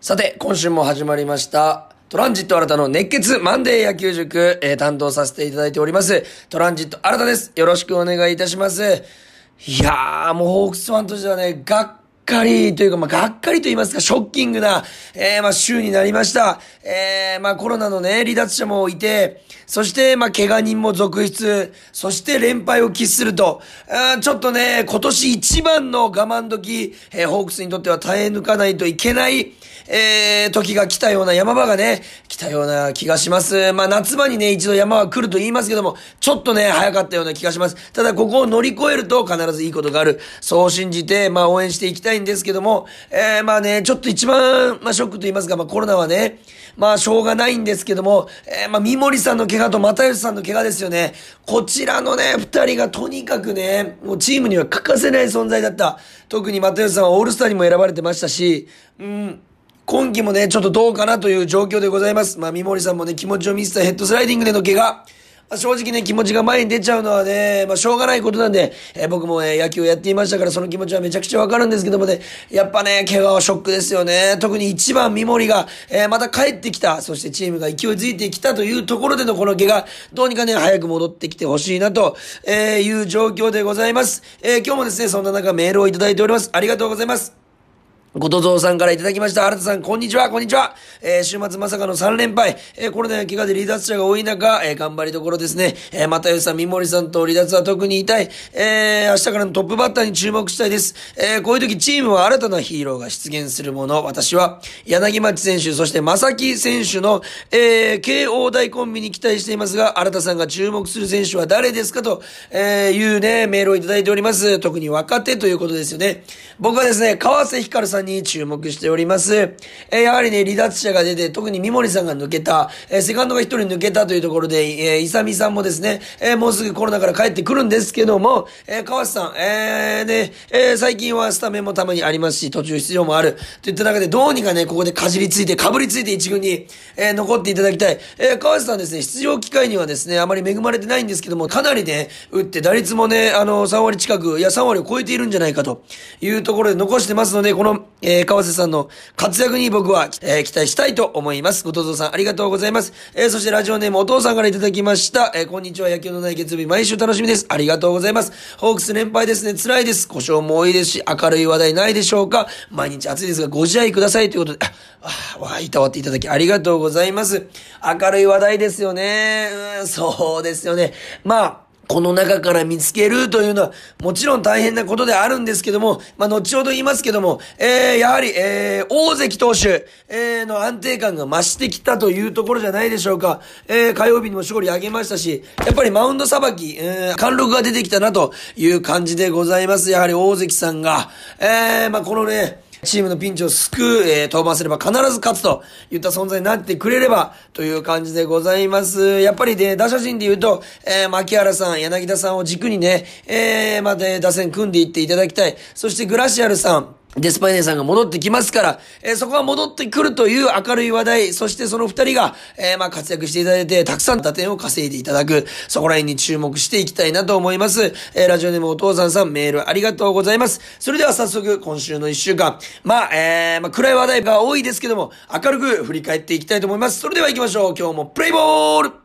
さて、今週も始まりました。トランジット新たの熱血マンデー野球塾、担当させていただいております。トランジット新たです。よろしくお願いいたします。いやー、もうホークスファンとしてはね、がっかりというか、がっかりと言いますか、ショッキングな、週になりました。コロナのね、離脱者もいて、そして、怪我人も続出、そして連敗を喫すると、ちょっとね、今年一番の我慢時、ホークスにとっては耐え抜かないといけない、時が来たような、山場がね、来たような気がします。夏場にね、一度山は来ると言いますけども、ちょっとね、早かったような気がします。ただ、ここを乗り越えると必ずいいことがある。そう信じて、応援していきたいんですけども、ちょっと一番、ショックと言いますか、コロナはね、しょうがないんですけども、三森さんの怪我と又吉さんの怪我ですよね。こちらのね、二人がとにかくね、もうチームには欠かせない存在だった。特に又吉さんはオールスターにも選ばれてましたし、今季もね、ちょっとどうかなという状況でございます。三森さんもね、気持ちを見せたヘッドスライディングでの怪我。正直ね、気持ちが前に出ちゃうのはね、しょうがないことなんで、僕もね、野球をやっていましたから、その気持ちはめちゃくちゃわかるんですけどもね、やっぱね、怪我はショックですよね。特に1番三森が、また帰ってきた。そしてチームが勢いづいてきたというところでのこの怪我、どうにかね、早く戻ってきてほしいなと、いう状況でございます。今日もですね、そんな中メールをいただいております。ありがとうございます。ごとぞうさんからいただきました。新田さん、こんにちは、こんにちは。週末まさかの3連敗。コロナや怪我で離脱者が多い中、頑張りどころですね。又吉さん、三森さんと離脱は特に痛い。明日からのトップバッターに注目したいです。こういう時、チームは新たなヒーローが出現するもの。私は、柳町選手、そして正木選手の、慶応大コンビに期待していますが、新田さんが注目する選手は誰ですかと、いうね、メールをいただいております。特に若手ということですよね。僕はですね、川瀬光さんに注目しております。やはりね、離脱者が出て、特に三森さんが抜けた、セカンドが一人抜けたというところで、伊佐美さんもですね、もうすぐコロナから帰ってくるんですけども、川瀬さん、最近はスタメンもたまにありますし、途中出場もある。といった中で、どうにかね、ここでかぶりついて一軍に、残っていただきたい。川瀬さんですね、出場機会にはですね、あまり恵まれてないんですけども、かなりね、打って打率もね、3割近く、いや3割を超えているんじゃないかというところで残してますので、この、川瀬さんの活躍に僕は、期待したいと思います。ごとぞさんありがとうございます。そしてラジオネームお父さんからいただきました。こんにちは、野球のない月曜日毎週楽しみです。ありがとうございます。ホークス連敗ですね、辛いです。故障も多いですし、明るい話題ないでしょうか。毎日暑いですがご自愛くださいということで、いたわっていただきありがとうございます。明るい話題ですよね。そうですよね。この中から見つけるというのは、もちろん大変なことであるんですけども、後ほど言いますけども、やはり、大関投手、の安定感が増してきたというところじゃないでしょうか。火曜日にも勝利上げましたし、やっぱりマウンドさばき、貫禄が出てきたなという感じでございます。やはり大関さんが、このね、チームのピンチを救う、登板すれば必ず勝つといった存在になってくれればという感じでございます。やっぱりね、打者陣で言うと、牧原さん、柳田さんを軸にね、打線組んでいっていただきたい。そしてグラシアルさん、デスパイネさんが戻ってきますから、そこが戻ってくるという明るい話題、そしてその二人が、活躍していただいて、たくさん打点を稼いでいただく、そこら辺に注目していきたいなと思います。ラジオネームお父さんメールありがとうございます。それでは早速、今週の一週間、暗い話題が多いですけども、明るく振り返っていきたいと思います。それでは行きましょう。今日もプレイボール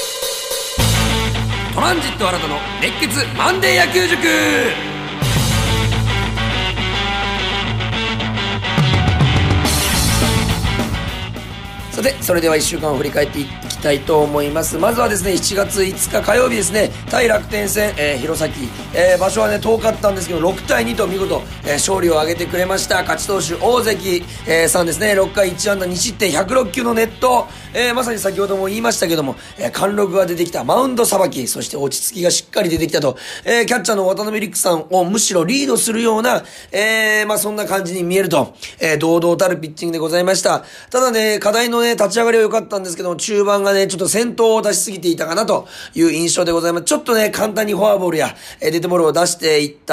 トランジット新たの熱血マンデー野球塾。さて、それでは1週間を振り返っていきたいと思います。まずはですね、7月5日火曜日ですね、対楽天戦、弘前、場所はね、遠かったんですけど、6対2と見事、勝利を挙げてくれました。勝ち投手、大関、さんですね、6回1安打2失点、106球のネット、まさに先ほども言いましたけども、貫禄が出てきたマウンドさばき、そして落ち着きがしっかり出てきたと、キャッチャーの渡辺陸さんをむしろリードするような、そんな感じに見えると、堂々たるピッチングでございました。ただね、課題のね、 ね、立ち上がりは良かったんですけども、中盤がね、ちょっと先頭を出しすぎていたかなという印象でございます。ちょっとね、簡単にフォアボールや、デッドボールを出していった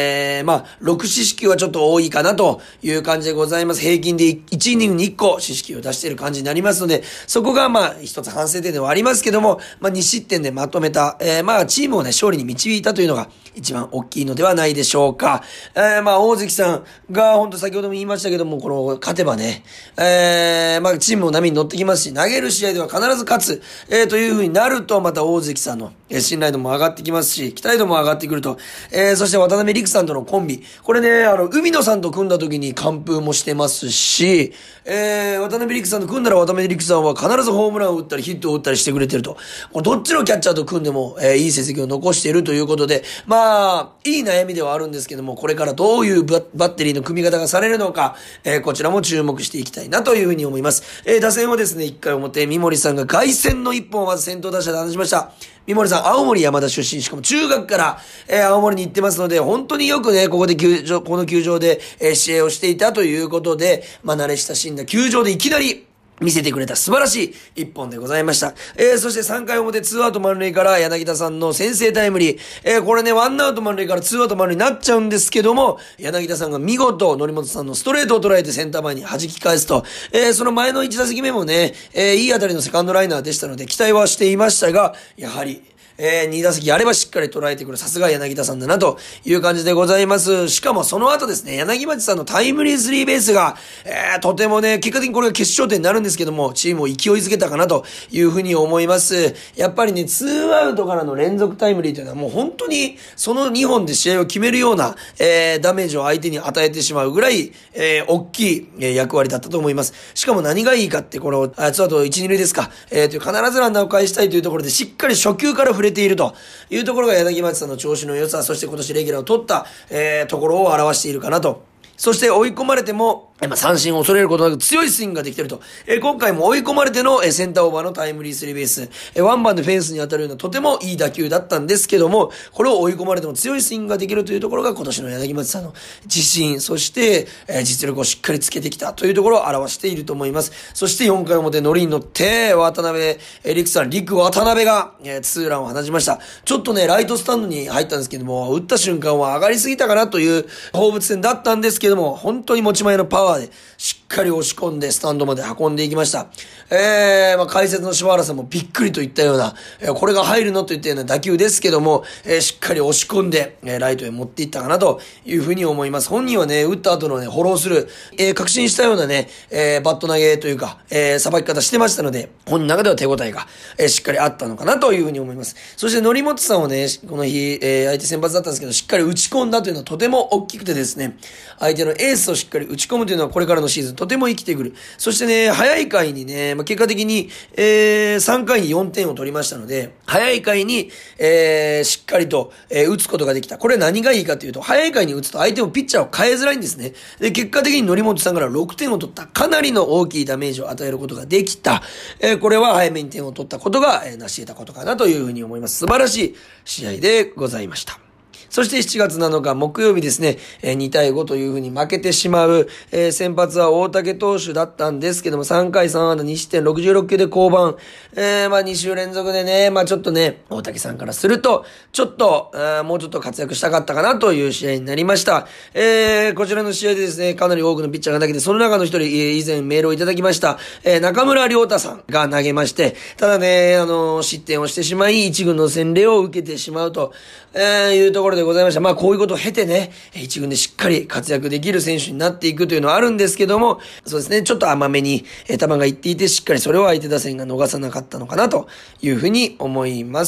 、6四死球はちょっと多いかなという感じでございます。平均で1イニングに1個四死球を出している感じになりますので、そこが一つ反省点ではありますけども、2失点でまとめた、チームをね、勝利に導いたというのが一番大きいのではないでしょうか。大関さんが、本当先ほども言いましたけども、この、勝てばね、チームも波に乗ってきますし、投げる試合では必ず勝つ、という風になると、また大関さんの、信頼度も上がってきますし、期待度も上がってくると、そして渡辺陸さんとのコンビ、これね、海野さんと組んだ時に完封もしてますし、渡辺陸さんと組んだら渡辺陸さんは必ずホームランを打ったりヒットを打ったりしてくれてると。これどっちのキャッチャーと組んでも、いい成績を残しているということで、いい悩みではあるんですけども、これからどういうバッテリーの組み方がされるのか、こちらも注目していきたいなというふうに思います。打線はですね、1回表、三森さんが凱旋の1本をまず先頭打者で放ちました。三森さん、青森山田出身、しかも中学から、青森に行ってますので、本当によくね、この球場で、試合をしていたということで、慣れ親しんだ球場でいきなり、見せてくれた素晴らしい一本でございました。そして3回表2アウト満塁から柳田さんの先制タイムリー。これね、1アウト満塁から2アウト満塁になっちゃうんですけども、柳田さんが見事、則本さんのストレートを捉えてセンター前に弾き返すと、その前の1打席目もね、いい当たりのセカンドライナーでしたので、期待はしていましたが、やはり、2打席あればしっかり捉えてくる。さすが柳田さんだなという感じでございます。しかもその後ですね、柳町さんのタイムリースリーベースが、とてもね、結果的にこれが決勝点になるんですけども、チームを勢いづけたかなというふうに思います。やっぱりね、2アウトからの連続タイムリーというのはもう本当にその2本で試合を決めるような、ダメージを相手に与えてしまうぐらい、大きい、役割だったと思います。しかも何がいいかって、この、2アウト1、2塁ですか、必ずランナーを返したいというところでしっかり初球から触れているというところが柳町さんの調子の良さ、そして今年レギュラーを取った、ところを表しているかなと。そして追い込まれても、三振を恐れることなく強いスイングができていると。今回も追い込まれての、センターオーバーのタイムリースリーベース。ワンバンでフェンスに当たるようなとてもいい打球だったんですけども、これを追い込まれても強いスイングができるというところが今年の柳町さんの自信、そして、実力をしっかりつけてきたというところを表していると思います。そして4回表ノリに乗って、渡辺陸さん、陸渡辺が、ツーランを放ちました。ちょっとね、ライトスタンドに入ったんですけども、打った瞬間は上がりすぎたかなという放物線だったんですけども、本当に持ち前のパワーでしっかり押し込んでスタンドまで運んでいきました。解説の柴原さんもびっくりといったような、これが入るのといったような打球ですけども、しっかり押し込んで、ライトへ持っていったかなというふうに思います。本人はね、打った後のね、フォローする、確信したようなね、バット投げというか、さばき方してましたので、本人の中では手応えが、しっかりあったのかなというふうに思います。そして、則本さんはね、この日、相手先発だったんですけど、しっかり打ち込んだというのはとても大きくてですね、相手のエースをしっかり打ち込むというのはこれからのシーズンとても生きてくる。そしてね、早い回にね、結果的に、3回に4点を取りましたので、早い回に、しっかりと、打つことができた。これ何がいいかというと、早い回に打つと相手もピッチャーを変えづらいんですね。で、結果的に則本さんから6点を取った。かなりの大きいダメージを与えることができた。これは早めに点を取ったことが、成し得たことかなというふうに思います。素晴らしい試合でございました。そして7月7日木曜日ですね、2対5という風に負けてしまう、先発は大竹投手だったんですけども、3回3安打2失点66球で降板。2週連続でね、ちょっとね、大竹さんからすると、ちょっと、もうちょっと活躍したかったかなという試合になりました。こちらの試合でですね、かなり多くのピッチャーが投げて、その中の一人、以前メールをいただきました、中村亮太さんが投げまして、ただね、失点をしてしまい、一軍の洗礼を受けてしまうと、いうところでございました。こういうことを経てね、一軍でしっかり活躍できる選手になっていくというのはあるんですけども、そうですね、ちょっと甘めに球がいっていて、しっかりそれを相手打線が逃さなかったのかなというふうに思います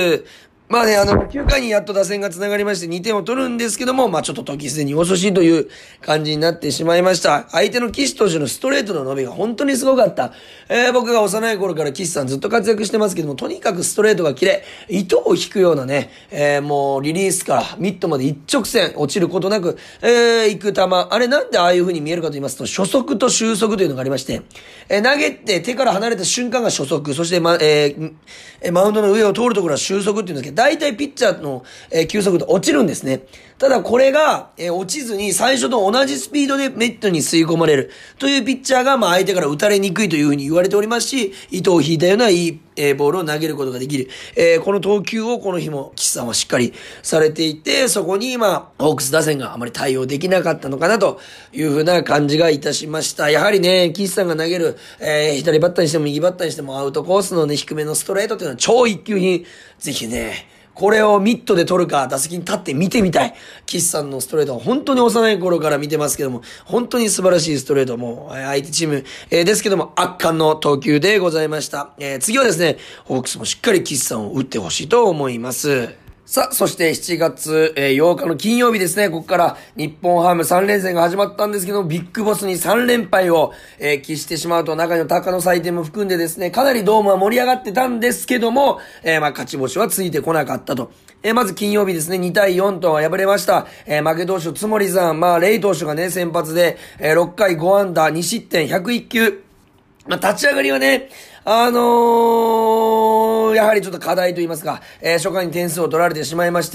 。9回にやっと打線が繋がりまして2点を取るんですけども、ちょっと時すでに遅しという感じになってしまいました。相手の岸投手のストレートの伸びが本当にすごかった。僕が幼い頃から岸さんずっと活躍してますけども、とにかくストレートが綺麗。糸を引くようなね、もうリリースからミットまで一直線落ちることなく、行く球。あれなんでああいう風に見えるかと言いますと、初速と終速というのがありまして、投げて手から離れた瞬間が初速、そしてマウンドの上を通るところは終速っていうんですけど、大体ピッチャーの、球速で落ちるんですね。 ただこれが、落ちずに最初と同じスピードでネットに吸い込まれるというピッチャーが、相手から打たれにくいというふうに言われておりますし、糸を引いたようないい、ボールを投げることができる。この投球をこの日も岸さんはしっかりされていて、そこにホークス打線があまり対応できなかったのかなというふうな感じがいたしました。やはりね、岸さんが投げる、左バッターにしても右バッターにしてもアウトコースのね、低めのストレートっていうのは超一級品。ぜひね、これをミットで取るか、打席に立って見てみたい。岸さんのストレートは本当に幼い頃から見てますけども、本当に素晴らしいストレートも、相手チーム、ですけども、圧巻の投球でございました。次はですね、ホークスもしっかり岸さんを打ってほしいと思います。さあ、そして7月8日の金曜日ですね、ここから日本ハム3連戦が始まったんですけども、ビッグボスに3連敗を喫してしまうと、中にの高の祭典も含んでですね、かなりドームは盛り上がってたんですけども、勝ち星はついてこなかったと。まず金曜日ですね、2対4と敗れました。負け投手つもりさん、レイ投手がね、先発で、6回5安打2失点101球。立ち上がりはね、やはりちょっと課題と言いますか、初回に点数を取られてしまいまして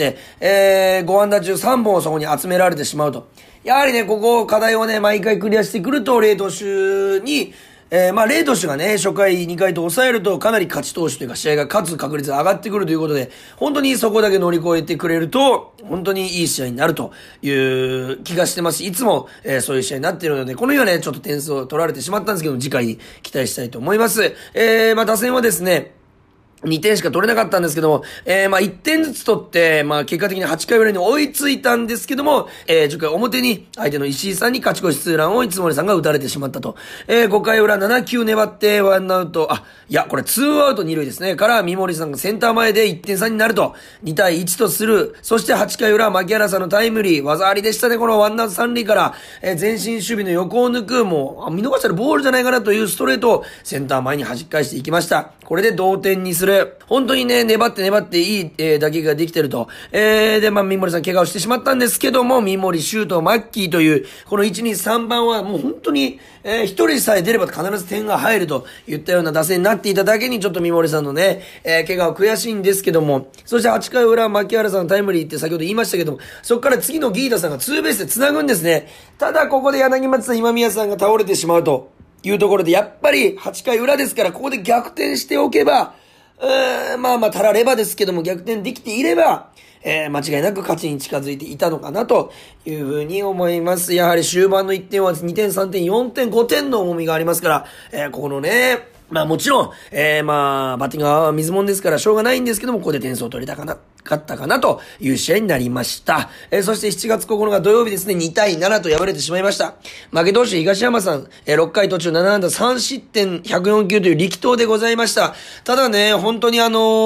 、5安打中3本をそこに集められてしまうと。やはりね、ここ課題をね、毎回クリアしてくると、レイ投手に、レイ投手がね、初回2回と抑えるとかなり勝ち投手というか試合が勝つ確率が上がってくるということで、本当にそこだけ乗り越えてくれると、本当にいい試合になるという気がしてますし、いつも、そういう試合になっているので、この日はね、ちょっと点数を取られてしまったんですけど、次回に期待したいと思います。打線はですね、2点しか取れなかったんですけども、1点ずつ取って、結果的に8回裏に追いついたんですけども、10回表に相手の石井さんに勝ち越しツーランをつもりさんが打たれてしまったと。5回裏7球粘ってワンアウト、これ2アウト2塁ですね。から、三森さんがセンター前で1点差になると、2対1とする。そして8回裏、牧原さんのタイムリー、技ありでしたね。このワンアウト3塁から、前進守備の横を抜く、もう、見逃したらボールじゃないかなというストレートをセンター前に弾き返していきました。これで同点にする。本当にね、粘っていい、打撃ができてると。で、三森さん怪我をしてしまったんですけども、三森、シュート、マッキーという、この1、2、3番はもう本当に、一人さえ出れば必ず点が入るといったような打線になっていただけに、ちょっと三森さんのね、怪我は悔しいんですけども、そして8回裏、牧原さんのタイムリーって先ほど言いましたけども、そこから次のギータさんがツーベースで繋ぐんですね。ただ、ここで柳町さん、今宮さんが倒れてしまうというところで、やっぱり8回裏ですから、ここで逆転しておけば、たらればですけども逆転できていれば、間違いなく勝ちに近づいていたのかなというふうに思います。やはり終盤の1点は2点、3点、4点、5点の重みがありますから、ここのね、もちろん、バッティングは水もんですからしょうがないんですけども、ここで点数を取りたかったかなという試合になりました。そして7月9日土曜日ですね、2対7と敗れてしまいました。負け投手東山さん、6回途中7安打3失点104球という力投でございました。ただね、本当に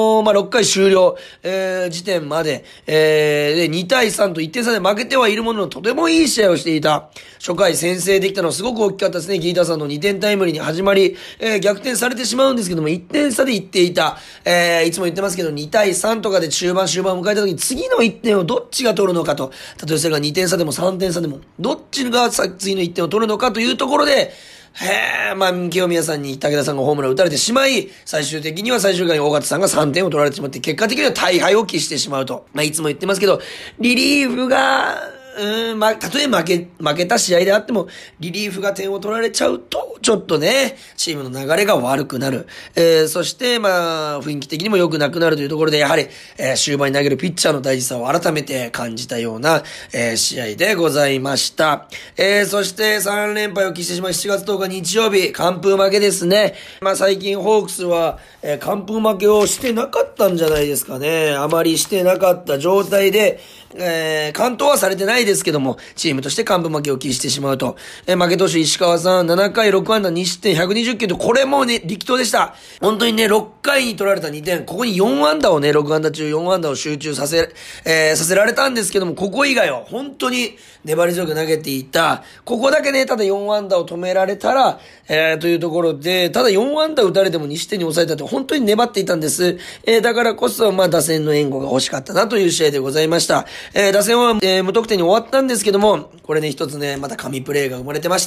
6回終了、時点まで、で2対3と1点差で負けてはいるもののとてもいい試合をしていた。初回先制できたのはすごく大きかったですね。ギータさんの2点タイムリーに始まり、逆転されてしまうんですけども、1点差で行っていた。いつも言ってますけど、2対3とかで終盤を迎えた時に次の1点をどっちが取るのかと。たとえそれが2点差でも3点差でも、どっちが次の1点を取るのかというところで、清宮さんに武田さんがホームラン打たれてしまい、最終的には最終回に大勝さんが3点を取られてしまって、結果的には大敗を喫してしまうと。いつも言ってますけど、リリーフが、たとえ負けた試合であっても、リリーフが点を取られちゃうと、ちょっとね、チームの流れが悪くなる。そして、雰囲気的にも良くなくなるというところで、やはり、終盤に投げるピッチャーの大事さを改めて感じたような、試合でございました。そして3連敗を喫してしまい、7月10日日曜日、完封負けですね。最近ホークスは、完封負けをしてなかったんじゃないですかね。あまりしてなかった状態で、完投はされてないですけども、チームとして完封負けを喫してしまうと。負け投手石川さん、7回6安打2失点120球と、これもね、力投でした。本当にね、6回に取られた2点、ここに4安打をね、6安打中4安打を集中させられたんですけども、ここ以外は本当に粘り強く投げていた。ここだけね、ただ4安打を止められたら、というところで、ただ4安打打たれても2失点に抑えたって本当に粘っていたんです。だからこそ、打線の援護が欲しかったなという試合でございました。 打線は、無得点に終わったんですけども、これね、一つね、また神プレーが生まれてました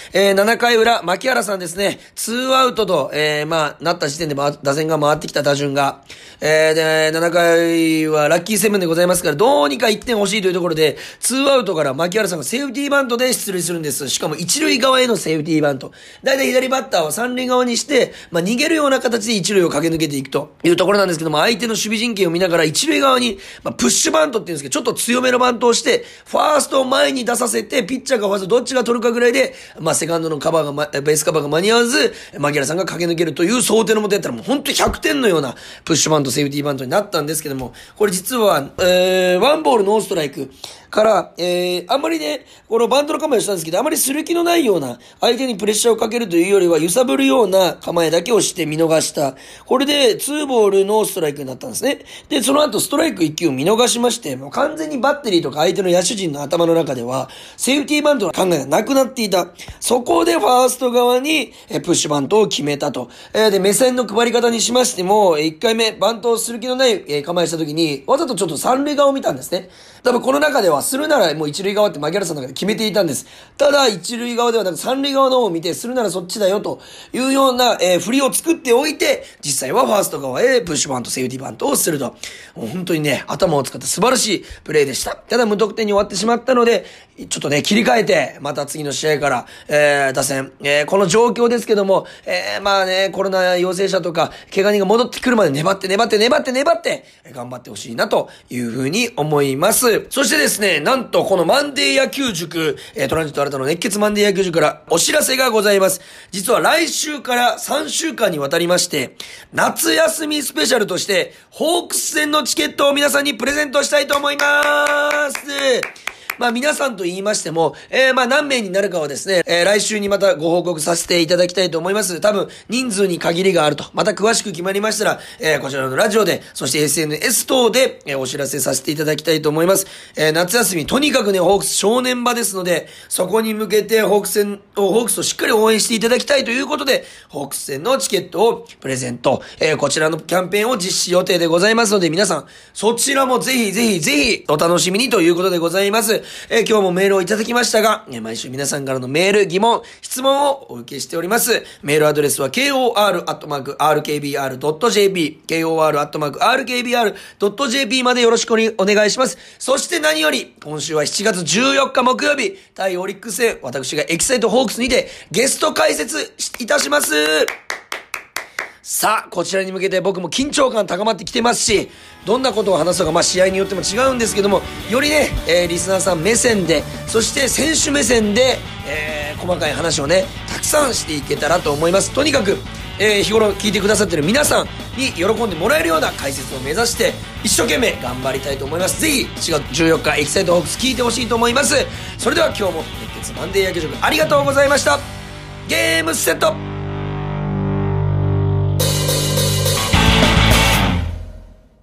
。7回裏、牧原さんですね、2アウトと、なった時点で、打線が回ってきた打順が、で、7回はラッキーセブンでございますから、どうにか1点欲しいというところで、2アウトから牧原さんがセーフティーバントで出塁するんです。しかも一塁側へのセーフティーバント。だいたい左バッターは三塁側にして、逃げるような形で一塁を駆け抜けていくというところなんですけども、相手の守備陣形を見ながら一塁側に、プッシュバントっていうんですけど、ちょっと強めのバントをして、ファーストを前に出させて、ピッチャーがファーストどっちが取るかぐらいで、セカンドのカバーが、ベースカバーが間に合わず、牧原さんが駆け抜けるという想定のもとやったらもう本当に100点のようなプッシュバント、セーフティーバントになったんですけども、これ実は、ワンボールノーストライクから、あんまりね、このバントの構えをしたんですけど、あまりする気のないような、相手にプレッシャーをかけるというよりは、揺さぶるような構えだけをして見逃した。これで、2ボールノーストライクになったんですね。で、その後ストライク1球を見逃しまして、もう完全にバッテリーとか相手の野手陣の頭の中では、セーフティーバントの考えがなくなっていた。そこでファースト側に、プッシュバントを決めたと。で、目線の配り方にしましても、1回目、バントをする気のない、構えした時に、わざとちょっと三塁側を見たんですね。多分この中では、するならもう一塁側って牧原さんの中で決めていたんです。ただ、一塁側ではなく三塁側の方を見て、するならそっちだよというような、振りを作っておいて、実際はファースト側へプッシュバント、セーフティーバントをすると。もう本当にね、頭を使った素晴らしいプレーでした。ただ無得点に終わってしまったので、ちょっとね、切り替えて、また次の試合から、打線、この状況ですけども、コロナ陽性者とか、怪我人が戻ってくるまで粘って、頑張ってほしいなというふうに思います。そしてですね、なんとこのマンデー野球塾、トランジット新たの熱血マンデー野球塾からお知らせがございます。実は来週から3週間にわたりまして、夏休みスペシャルとして、ホークス戦のチケットを皆さんにプレゼントしたいと思います。皆さんと言いましても、何名になるかはですね、来週にまたご報告させていただきたいと思います。多分、人数に限りがあると。また詳しく決まりましたら、こちらのラジオで、そして SNS 等で、お知らせさせていただきたいと思います。夏休み、とにかくね、ホークス正念場ですので、そこに向けてホークスをしっかり応援していただきたいということで、ホークス戦のチケットをプレゼント、こちらのキャンペーンを実施予定でございますので、皆さん、そちらもぜひ、お楽しみにということでございます。今日もメールをいただきましたが、毎週皆さんからのメール、疑問、質問をお受けしております。メールアドレスは kor@rkbr.jp kor@rkbr.jp までよろしくお願いします。そして何より、今週は7月14日木曜日、対オリックス戦、私がエキサイトホークスにてゲスト解説いたします。さあ、こちらに向けて僕も緊張感高まってきてますし、どんなことを話すのか、試合によっても違うんですけども、よりね、リスナーさん目線で、そして選手目線で、細かい話をね、たくさんしていけたらと思います。とにかく、日頃聞いてくださってる皆さんに喜んでもらえるような解説を目指して、一生懸命頑張りたいと思います。ぜひ、4月14日、エキサイトホークス聞いてほしいと思います。それでは今日も、熱血マンデー野球塾ありがとうございました。ゲームセット。